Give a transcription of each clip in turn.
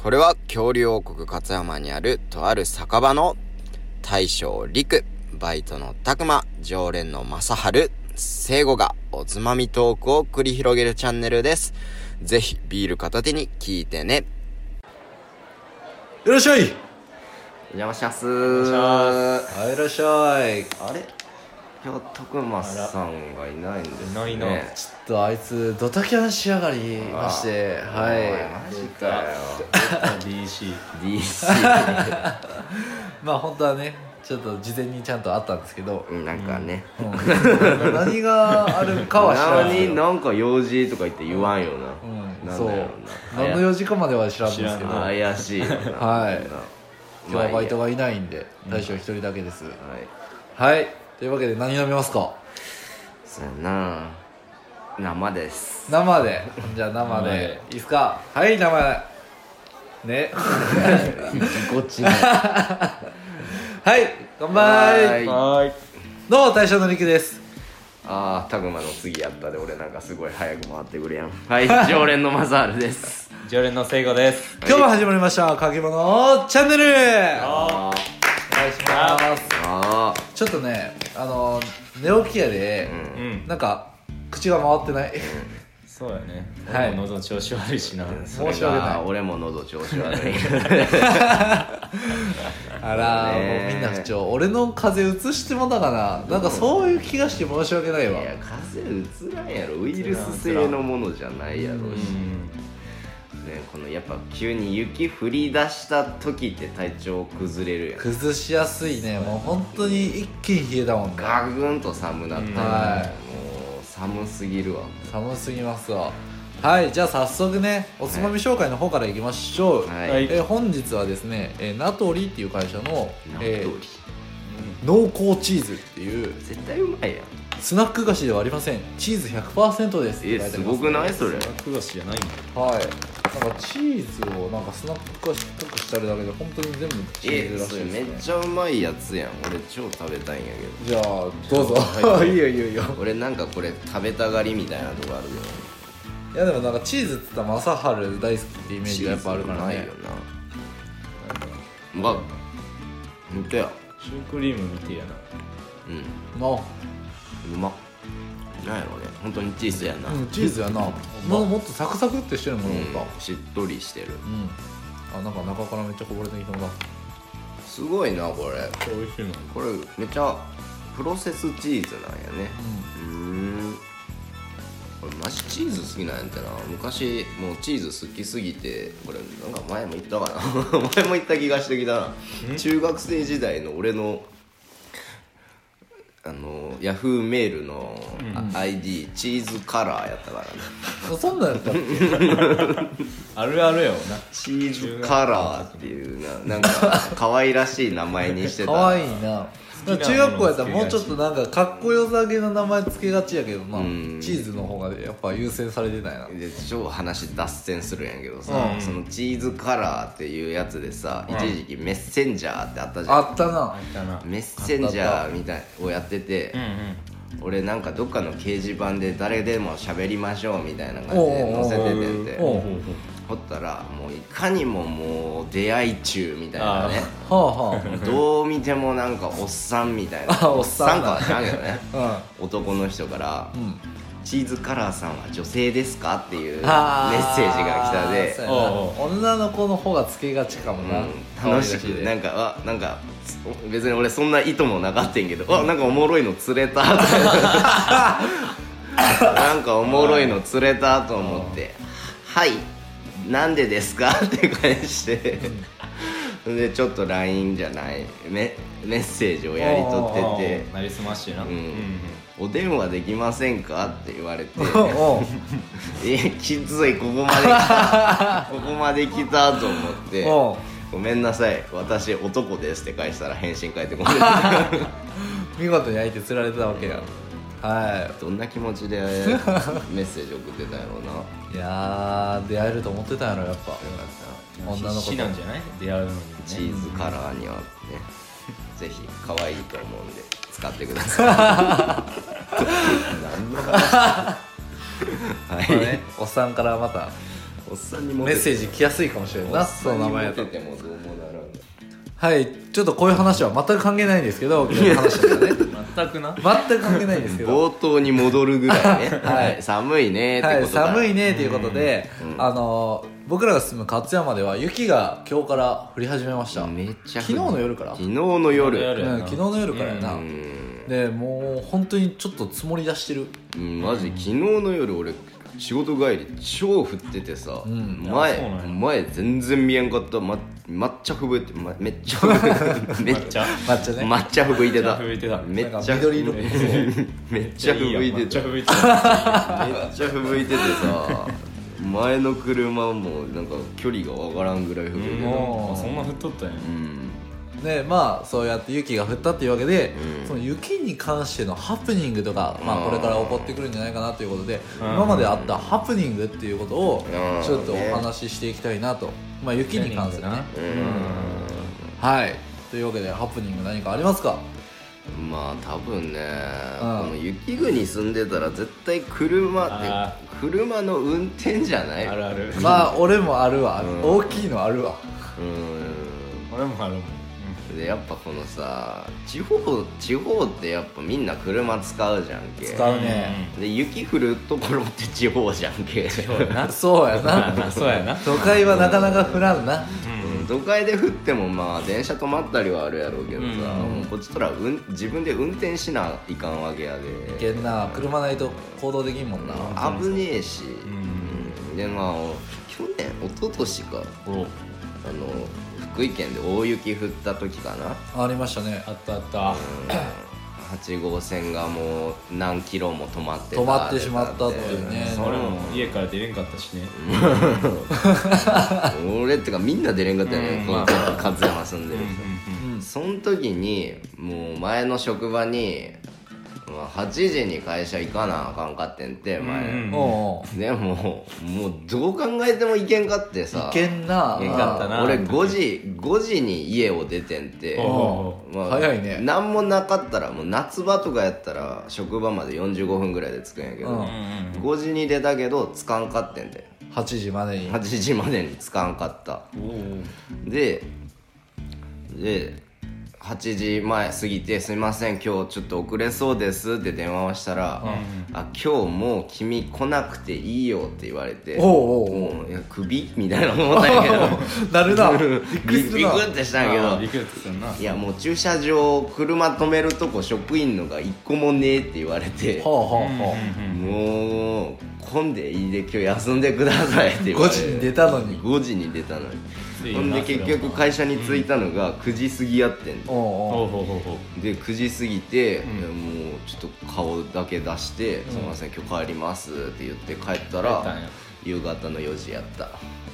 これは恐竜王国勝山にあるとある酒場の大将陸、バイトの拓磨、常連の正春、聖吾がおつまみトークを繰り広げるチャンネルです。ぜひビール片手に聞いてね。 いらっしゃい。 お邪魔します。 はい、いらっしゃい。 あれ、今日徳間さんがいないんですね。 いないな。 ちょっとあいつドタキャンしやがりまして、はい。 マジかよ。 DC DC まあ本当はね、ちょっと事前にちゃんとあったんですけど、 なんかね、 何があるかは知らないですよ。 なんか用事とか言って言わんよな。なんそうだよ何の用事かまでは知らんですけど、 な。怪しいよな。 はい今日はバイトがいないんで大将一人だけです。 はい。 はい、というわけで何飲みますか？ そうやな。生です。 生で。じゃあ生でいいっすか？はい、生ね。 こっちが。 はい、乾杯。 はい。 どうも大将のりくです。 ああ、タグマの次やったで俺なんかすごい早く回ってくるやん。はい、常連のマザールです。 常連の聖子です。 今日も始まりましたかけものチャンネル。お願いします。ちょっとね、寝起きやで、なんか口が回ってない。 そうやね。 はい俺も喉調子悪いしな。 申し訳ない。 俺も喉調子悪い。 あら、もうみんな不調。俺の風邪うつしてもだかな。なんかそういう気がして申し訳ないわ。 いや、風邪うつらんやろ。ウイルス性のものじゃないやろし。ね、このやっぱ急に雪降り出した時って体調崩れるやん。 崩しやすいね。もう本当に一気に冷えたもんね。 ガグンと寒なったら、 はいもう寒すぎるわ。 寒すぎますわ。はい、じゃあ早速ね、おつまみ紹介の方からいきましょう。 はい。 はい本日はですね、ナトリっていう会社の、 ナトリ濃厚チーズっていう絶対うまいやん。 スナック菓子ではありません。チーズ 100% ですって書いてあります。 すごくないそれ。 ク菓子じゃないんだ。 はい。なんかチーズをなんかスナック菓子っぽくしてあるだけで本当に全部チーズらしそれいですね。 めっちゃうまいやつやん。俺超食べたいんやけじゃあどうぞ。いいよいいよいいよ。 ど。俺なんかこれ食べたがりみたいなとこあるけど。 いやでもなんかチーズって言ったら正春大好きってイメージがやっぱあるからね。 チーズうまいよな。ほんとや。 シュークリームみてえやな。 の、 うまっ。なんやろね。本当にチーズやな。 チーズやな。もっとサクサクってしてるものだった。 しっとりしてる。 あ、なんか中からめっちゃこぼれてきたもんだ。 すごいなこれ。 美味しいの。 これめっちゃプロセスチーズなんやね。これマジチーズ好きなんやってな。昔もうチーズ好きすぎて、これなんか前も言ったかな。前も言った気がしてきたな。中学生時代の俺のヤフーメールの ID、チーズカラーやったからね。 そんなんやったっけ？ あるあるやわな。 チーズカラーっていうなんか可愛らしい名前にしてた。 かわいいな。中学校やったらもうちょっとなんかかっこよさげな名前つけがちやけどな、チーズの方がやっぱ優先されてないな。 で超話脱線するんやけどさ、そのチーズカラーっていうやつでさ、一時期メッセンジャーってあったじゃん。 あったな。 あったな。 メッセンジャーみたいをやってて、俺なんかどっかの掲示板で誰でも喋りましょうみたいな感じで載せててんて、ほったらもういかにももう出会い中みたいなね、どう見てもなんかおっさんみたいな、おっさんかは知らんけどね、男の人からチーズカラーさんは女性ですかっていうメッセージが来たで、 女の子の方がつけがちかもな。 楽しくなんか別に俺そんな意図もなかったんけど、なんかおもろいの釣れたなんかおもろいの釣れたと思って「はいなんでですか?」って返してでちょっと LINE じゃないメッセージをやり取ってて、 なりすましてな。 お電話できませんかって言われてきつい、ここまで来たと思ってごめんなさい私男ですって返したら返信返ってこない見事に相手釣られてたわけや。はい。 どんな気持ちでメッセージ送ってたんやろうな。 いやー出会えると思ってたんやろやっぱ。女の子必死なんじゃない？出会うのにね。 チーズカラーにはねぜひ可愛いと思うんで使ってください何の話はい、 おっさんからまたおっさんにメッセージ来やすいかもしれんな、その名前やと。 モテてもどうもならん。 はい、ちょっとこういう話は全く関係ないんですけど、こういう話だね全くな全く関係ないんですけど、 冒頭に戻るぐらいねはい寒いねってことだ、 はい、寒いねっていうことで、僕らが住む勝山では雪が今日から降り始めました。 めっちゃ昨日の夜から、 昨日の夜昨日の夜からやな。でもう本当にちょっと積もり出してる。 マジ昨日の夜俺仕事帰り超降っててさ、前全然見えんかった。抹茶吹雪いて、めっちゃ抹茶吹雪いてた。めっちゃ緑色めっちゃ吹雪いててさ、前の車もなんか距離がわからんぐらい吹雪いてた。 そんな降っとったんや。 でまあそうやって雪が降ったっていうわけで、その雪に関してのハプニングとか、これから起こってくるんじゃないかなということで、今まであったハプニングっていうことをちょっとお話ししていきたいなと、雪に関するね。はい、というわけでハプニング何かありますか？ 多分ね、この雪国に住んでたら絶対車の運転じゃない？ あるある。 俺もあるわ、大きいのあるわ。 俺もあるもん。 でやっぱこのさ、地方ってやっぱみんな車使うじゃんけ。 使うね。 で雪降るところって地方じゃんけ。 そうやなそうやな。 都会はなかなか降らんな。 都会で降っても電車止まったりはあるやろうけどさ、こっちとら自分で運転しないかんわけやで。 いけんな、車ないと行動できんもんな。 危ねえし、で去年一昨年か、福井県で大雪降った時かな。 ありましたね。 あったあった。 8号線がもう何キロも止まってしまったっていうね。 俺も家から出れんかったしね。 俺ってかみんな出れんかったよね、勝山住んでる人。その時にもう前の職場に8時に会社行かなあかんかってんて前。でもうどう考えても行けんかってさ。 行けんな。 行けんかったな。 俺5時に家を出てんて。 早いね。 何もなかったらもう夏場とかやったら職場まで45分ぐらいで着くんやけど、5時に出たけど着かんかってんて。 8時までに着かんかった。で8時前過ぎて、すいません今日ちょっと遅れそうですって電話をしたら、今日もう君来なくていいよって言われて、もう首みたいな思ったんやけどなるな。 ビクってしたんやけど、いやもう駐車場車止めるとこ職員のが1個もねえって言われて、もう混んでいいで今日休んでくださいって言われて。 5時に出たのにほんで結局会社に着いたのが9時過ぎやってんで、9時過ぎて、もうちょっと顔だけ出して「すいません今日帰ります」って言って帰ったら夕方の4時やった。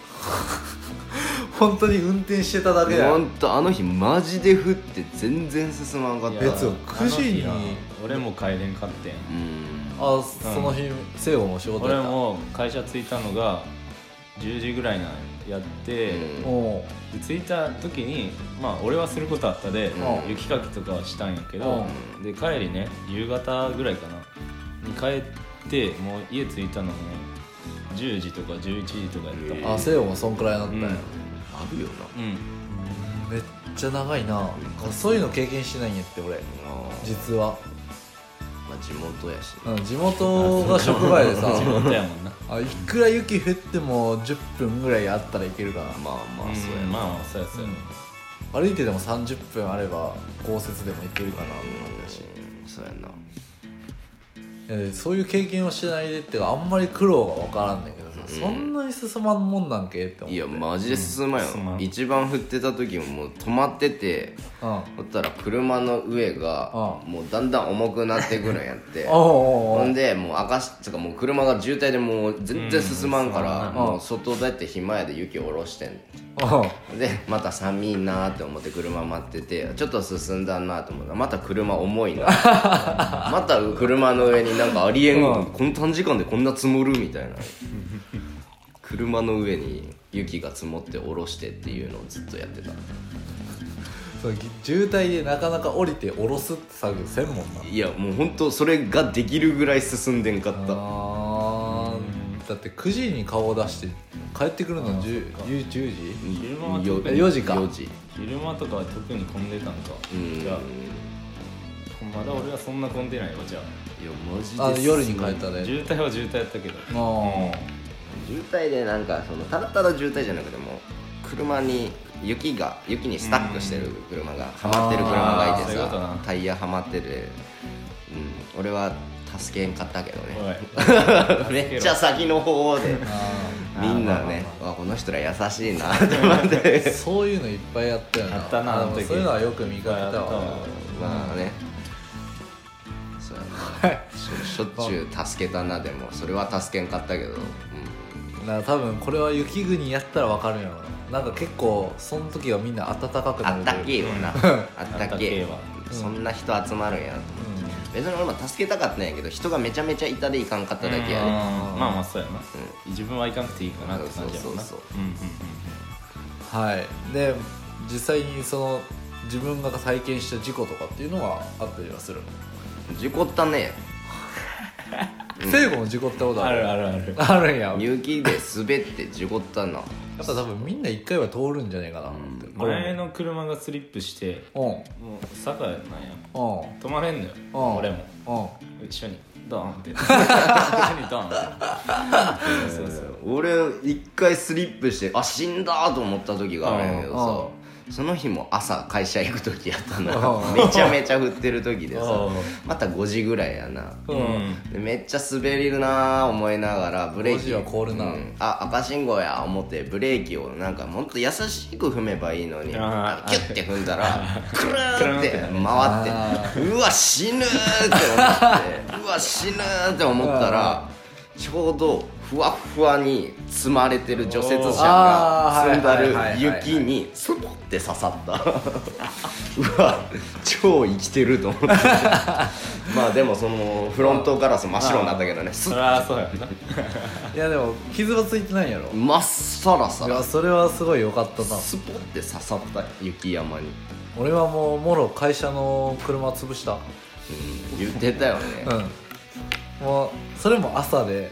本当に運転してただけだよ。 本当あの日マジで降って全然進まんかった。 別に9時に俺も帰れんかってん。 その日聖子も仕事やった。 俺も会社着いたのが10時ぐらいなんやって、着いた時に俺はすることあったで、雪かきとかはしたんやけど、で帰りね夕方ぐらいかなに帰って、もう家着いたのも10時とか11時とかやった。 聖子もそんくらいなったんや。 あるよな。 めっちゃ長いな。そういうの経験してないんやって俺実は。 地元やし、 地元が職場でさ地元やもんな。 いくら雪降っても10分ぐらいあったらいけるから。 そうや歩いてでも30分あれば豪雪でもいけるかなって感じだし。 そうやな。 そういう経験をしないでっていうか、あんまり苦労が分からんねんけどさ、そんなに進まんもんなんけって思って。 いやマジで進まんよ。一番降ってた時ももう止まってて、そしたら車の上がもうだんだん重くなってくるんやって。ほんでもうもう車が渋滞でもう全然進まんから、もう外出て暇やで雪下ろしてん。でまた寒いなって思って車待ってて、ちょっと進んだなと思ったらまた車重いなまた車の上になんかありえん、この短時間でこんな積もるみたいな車の上に雪が積もって下ろしてっていうのをずっとやってた。 渋滞でなかなか降りて下ろすって作業せんもんな。 いやもうほんとそれができるぐらい進んでんかった。 だって9時に顔を出して帰ってくるの10時昼間は特に 4時か昼間とかは特に混んでたんか。じゃあまだ俺はそんな混んでないわ。じゃあいやマジで夜に帰ったね。 渋滞は渋滞やったけど、 渋滞でなんかそのただただ渋滞じゃなくても車に雪にスタックしてる車がはまってる車がいてさ、タイヤはまってて、俺は助けんかったけどねめっちゃ先の方でみんなね、この人ら優しいなって思ってそういうのいっぱいやったよな。 あったな。 そういうのはよく見かけたわ。 まあね、そうやなしょっちゅう助けたな。でもそれは助けんかったけど、 だから多分これは雪国やったら分かるんやろな。なんか結構その時はみんな暖かくなる。 あったけえよな、あったけえわ。そんな人集まるんやと思って、別に俺も助けたかったんやけど人がめちゃめちゃいたでいかんかっただけやね。 まあまあそうやな、自分は行かなくていいかなって感じやもんな。 はい。で実際にその自分が体験した事故とかっていうのはあったりはするの？ 事故ったね。 聖子も事故ったことある？あるんや。 雪で滑って事故ったな。 やっぱ多分みんな一回は通るんじゃないかなって。 前の車がスリップしてもう坂なんや、止まれんのよ。俺も一緒にドーンって一緒にドーンってそう俺一回スリップして死んだと思った時があるんやけどさ、その日も朝会社行く時やったのめちゃめちゃ降ってる時でさ、また5時ぐらいやな、でめっちゃ滑りるな思いながらブレーキ 5時は凍るな、 赤信号や思ってブレーキをなんかもっと優しく踏めばいいのにキュッて踏んだらクルーンって回ってうわ死ぬーって思ってうわ死ぬーって思ったらちょうどふわふわに積まれてる除雪車が積んだる雪にスポッて刺さったうわ超生きてると思ってまあでもそのフロントガラス真っ白になったけどね。 そりゃそうやな。 いやでも傷はついてないんやろ。 真っさらさら。 いやそれはすごい良かったな。 スポッて刺さった雪山に。 俺はもうもろ会社の車潰した。 言ってたよね。 もうそれも朝で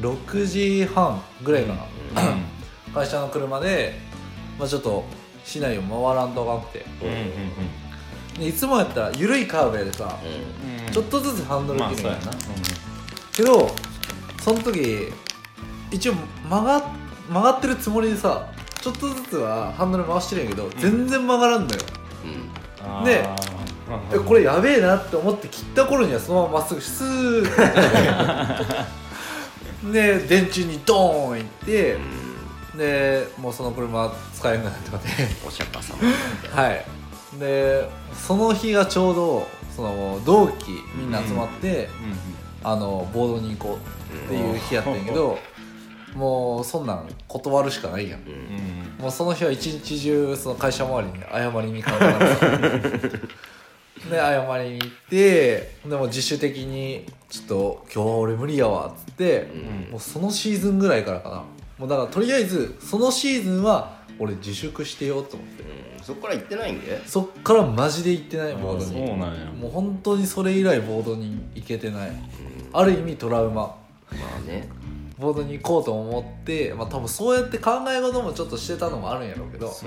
6時半ぐらいかな、会社の車で、ちょっと市内を回らんとあかんくて、でいつもやったら緩いカーブやでさ、ちょっとずつハンドル切るんやな、けどその時一応曲がってるつもりでさちょっとずつはハンドル回してるんやけど、全然曲がらんのよ、でこれやべえなって思って切った頃にはそのまままっすぐスーッで電柱にドーンいって、でもうその車使えなくなってまでお釈迦様はいでその日がちょうどその同期みんな集まって、ボードに行こうっていう日やったんやけど、もうそんなん断るしかないやん、もうその日は一日中その会社周りに謝りに行かなかったで謝りに行って、でも自主的にちょっと今日は俺無理やわっつって、もうそのシーズンぐらいからかな、もうだからとりあえずそのシーズンは俺自粛してよと思って、 そっから行ってないんで。 そっからマジで行ってないボードに。 そうなんや。 もう本当にそれ以来ボードに行けてない、ある意味トラウマ。 まあね、 ボードに行こうと思って、多分そうやって考え事もちょっとしてたのもあるんやろうけど、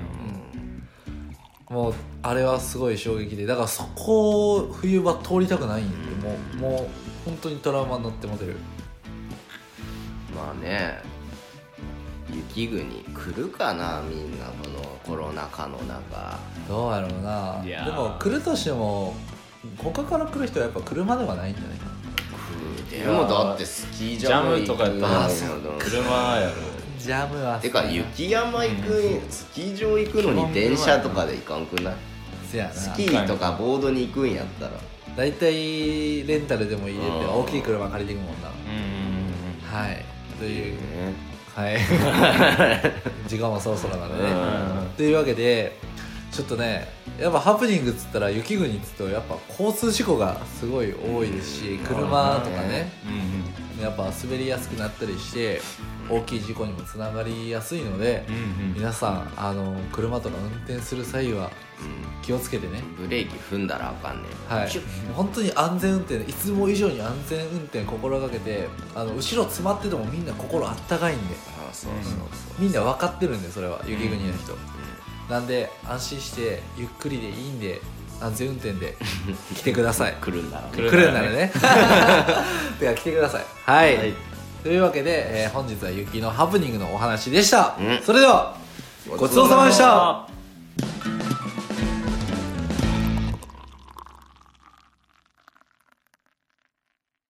もうあれはすごい衝撃で、だからそこを冬場通りたくないんで、もう本当にトラウマになってモテる。 まあね、雪国来るかなみんな、このコロナ禍の中。 どうやろうな。でも来るとしても他から来る人はやっぱ車ではないんじゃないかな。 でもだってスキージャムとかやったら車やろ。 ジャムはてか雪山行く、スキー場行くのに電車とかで行かんくない？ せやな。 スキーとかボードに行くんやったらだいたいレンタルでも入れて大きい車借りていくもんな。はいという、はい時間もそろそろなので、というわけでちょっとね、やっぱハプニングっつったら雪国っつうとやっぱ交通事故がすごい多いですし、車とかね、 やっぱ滑りやすくなったりして大きい事故にもつながりやすいので、皆さん車とか運転する際は気をつけてね、 ブレーキ踏んだらあかんねん。 はい、本当に安全運転、いつも以上に安全運転心がけて、後ろ詰まっててもみんな心あったかいんで、みんな分かってるんで、それは雪国の人、なんで安心してゆっくりでいいんで安全運転で来てください。 来るんならねでは来てください。はい、というわけで、本日は雪のハプニングのお話でした。それではごちそうさまでした。